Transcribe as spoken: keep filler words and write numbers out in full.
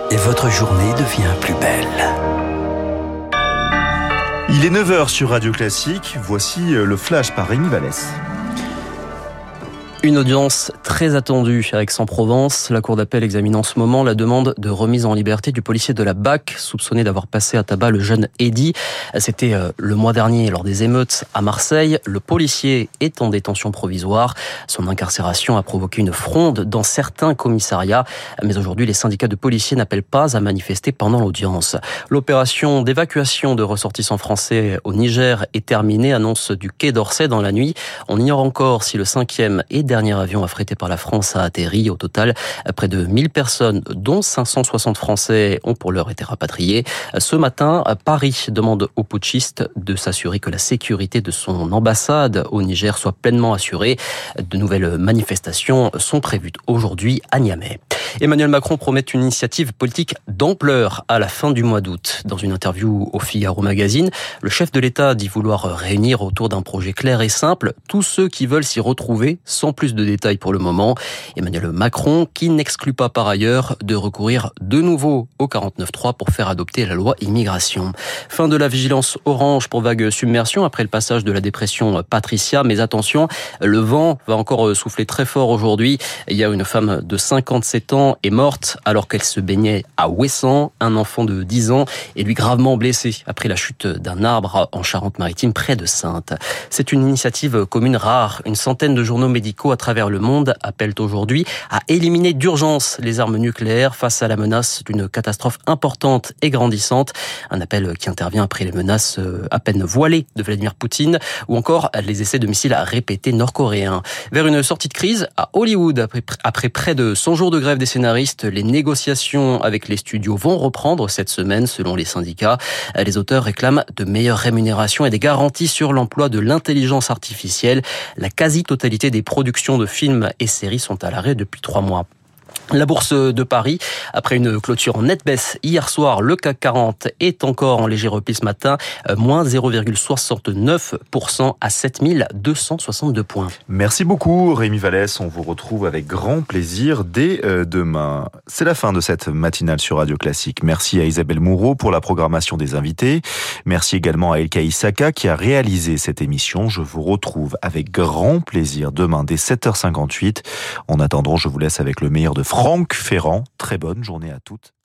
et votre journée devient plus belle. Il est neuf heures sur Radio Classique. Voici le flash par Rémi Vallès. Une audience très attendue à Aix-en-Provence. La cour d'appel examine en ce moment la demande de remise en liberté du policier de la B A C, soupçonné d'avoir passé à tabac le jeune Eddy. C'était le mois dernier lors des émeutes à Marseille. Le policier est en détention provisoire. Son incarcération a provoqué une fronde dans certains commissariats. Mais aujourd'hui, les syndicats de policiers n'appellent pas à manifester pendant l'audience. L'opération d'évacuation de ressortissants français au Niger est terminée, annonce du Quai d'Orsay dans la nuit. On ignore encore si le cinquième et dernier avion affrété par la France a atterri. Au total, près de mille personnes, dont cinq cent soixante Français, ont pour l'heure été rapatriés. Ce matin, Paris demande aux putschistes de s'assurer que la sécurité de son ambassade au Niger soit pleinement assurée. De nouvelles manifestations sont prévues aujourd'hui à Niamey. Emmanuel Macron promet une initiative politique d'ampleur à la fin du mois d'août. Dans une interview au Figaro Magazine, le chef de l'État dit vouloir réunir autour d'un projet clair et simple tous ceux qui veulent s'y retrouver, sans plus de détails pour le moment. Emmanuel Macron qui n'exclut pas par ailleurs de recourir de nouveau au quarante-neuf trois pour faire adopter la loi immigration. Fin de la vigilance orange pour vague submersion après le passage de la dépression Patricia. Mais attention, le vent va encore souffler très fort aujourd'hui. Il y a une femme de cinquante-sept ans est morte alors qu'elle se baignait à Ouessant. Un enfant de dix ans est lui gravement blessé après la chute d'un arbre en Charente-Maritime près de Saintes. C'est une initiative commune rare. Une centaine de journaux médicaux à travers le monde appellent aujourd'hui à éliminer d'urgence les armes nucléaires face à la menace d'une catastrophe importante et grandissante. Un appel qui intervient après les menaces à peine voilées de Vladimir Poutine ou encore les essais de missiles répétés nord-coréens. Vers une sortie de crise à Hollywood, après, après près de cent jours de grève des scénaristes, les négociations avec les studios vont reprendre cette semaine selon les syndicats. Les auteurs réclament de meilleures rémunérations et des garanties sur l'emploi de l'intelligence artificielle. La quasi-totalité des productions de films et séries sont à l'arrêt depuis trois mois. La bourse de Paris, après une clôture en nette baisse hier soir, le C A C quarante est encore en léger repli ce matin, moins zéro virgule soixante-neuf pour cent à sept mille deux cent soixante-deux points. Merci beaucoup Rémi Vallès, on vous retrouve avec grand plaisir dès demain. C'est la fin de cette matinale sur Radio Classique. Merci à Isabelle Moureau pour la programmation des invités. Merci également à Elka Issaka qui a réalisé cette émission. Je vous retrouve avec grand plaisir demain dès sept heures cinquante-huit. En attendant, je vous laisse avec le meilleur de Franck Ferrand. Très bonne journée à toutes.